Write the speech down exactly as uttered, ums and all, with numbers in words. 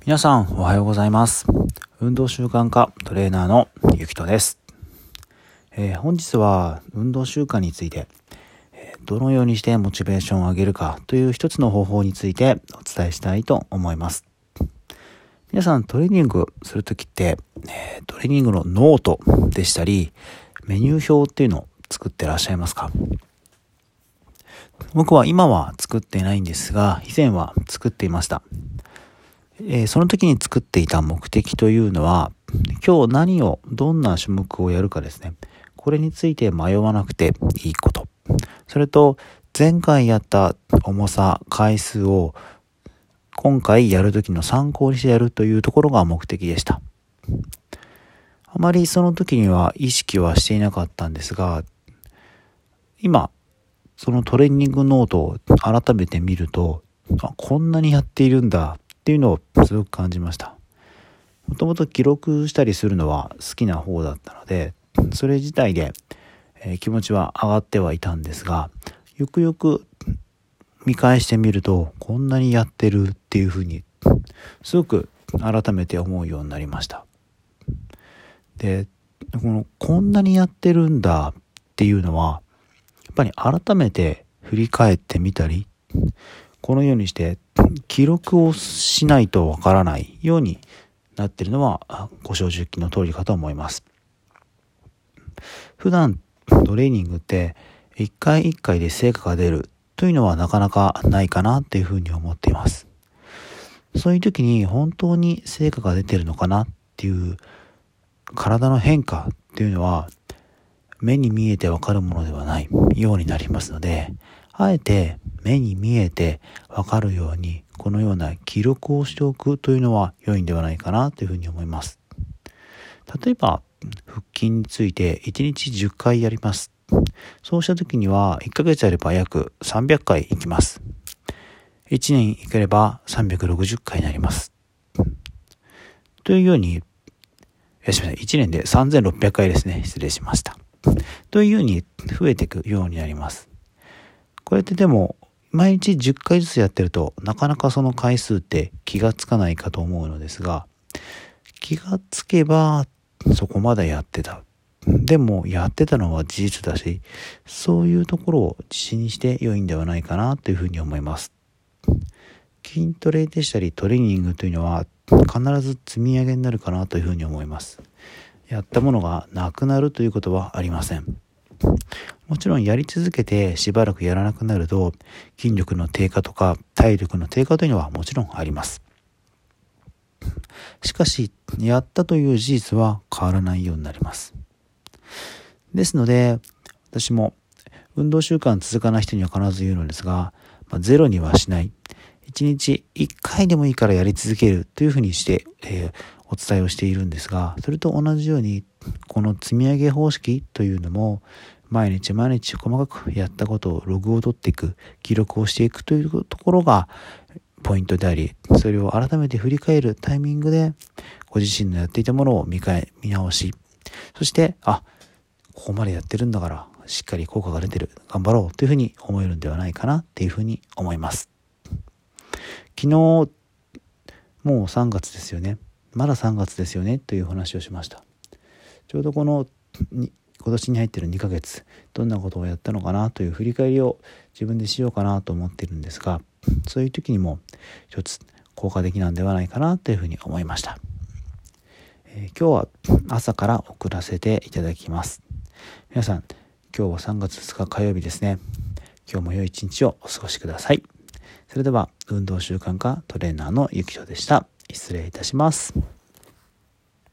皆さんおはようございます。運動習慣科トレーナーのゆきとです。えー、本日は運動習慣について、えー、どのようにしてモチベーションを上げるかという一つの方法についてお伝えしたいと思います。皆さんトレーニングするときって、えー、トレーニングのノートでしたりメニュー表っていうのを作ってらっしゃいますか？僕は今は作っていないんですが、以前は作っていました。えー、その時に作っていた目的というのは、今日何をどんな種目をやるかですね、これについて迷わなくていいこと、それと前回やった重さ回数を今回やる時の参考にしてやるというところが目的でした。あまりその時には意識はしていなかったんですが、今そのトレーニングノートを改めて見ると、あ、こんなにやっているんだっていうのをすごく感じました。もともと記録したりするのは好きな方だったので、それ自体で、えー、気持ちは上がってはいたんですが、よくよく見返してみると、こんなにやってるっていうふうにすごく改めて思うようになりました。で、このこんなにやってるんだっていうのは、やっぱり改めて振り返ってみたり、このようにして記録をしないとわからないようになっているのはご承知の通りかと思います。普段トレーニングって一回一回で成果が出るというのはなかなかないかなっていうふうに思っています。そういう時に本当に成果が出てるのかなっていう体の変化っていうのは目に見えてわかるものではないようになりますので、あえて目に見えてわかるようにこのような記録をしておくというのは良いんではないかなというふうに思います。例えば腹筋についていちにちじゅっかいやります。そうした時にはいっかげつあれば約さんびゃっかいいきます。いちねんいければさんびゃくろくじゅっかいになります。というように、いやすみません、いちねんでさんぜんろっぴゃっかいですね。失礼しました。というように増えていくようになります。こうやってでも毎日じゅっかいずつやってるとなかなかその回数って気がつかないかと思うのですが、気がつけばそこまでやってた。でもやってたのは事実だし、そういうところを自信にして良いんではないかなというふうに思います。筋トレでしたりトレーニングというのは必ず積み上げになるかなというふうに思います。やったものがなくなるということはありません。もちろんやり続けてしばらくやらなくなると筋力の低下とか体力の低下というのはもちろんあります。しかしやったという事実は変わらないようになります。ですので私も運動習慣続かない人には必ず言うのですが、まあ、ゼロにはしない、いちにちいっかいでもいいからやり続けるというふうにして、えー、お伝えをしているんですが、それと同じようにこの積み上げ方式というのも毎日毎日細かくやったことをログを取っていく、記録をしていくというところがポイントであり、それを改めて振り返るタイミングでご自身のやっていたものを見返見直し、そしてあここまでやってるんだからしっかり効果が出てる、頑張ろうというふうに思えるんではないかなっていうふうに思います。昨日もうさんがつですよね、まださんがつですよねという話をしました。ちょうどこの今年に入っているにかげつ、どんなことをやったのかなという振り返りを自分でしようかなと思っているんですが、そういう時にも一つ効果的なんではないかなというふうに思いました。えー、今日は朝から送らせていただきます。皆さん今日はさんがつふつか火曜日ですね。今日も良い一日をお過ごしください。それでは運動習慣科トレーナーのゆきとでした。失礼いたします。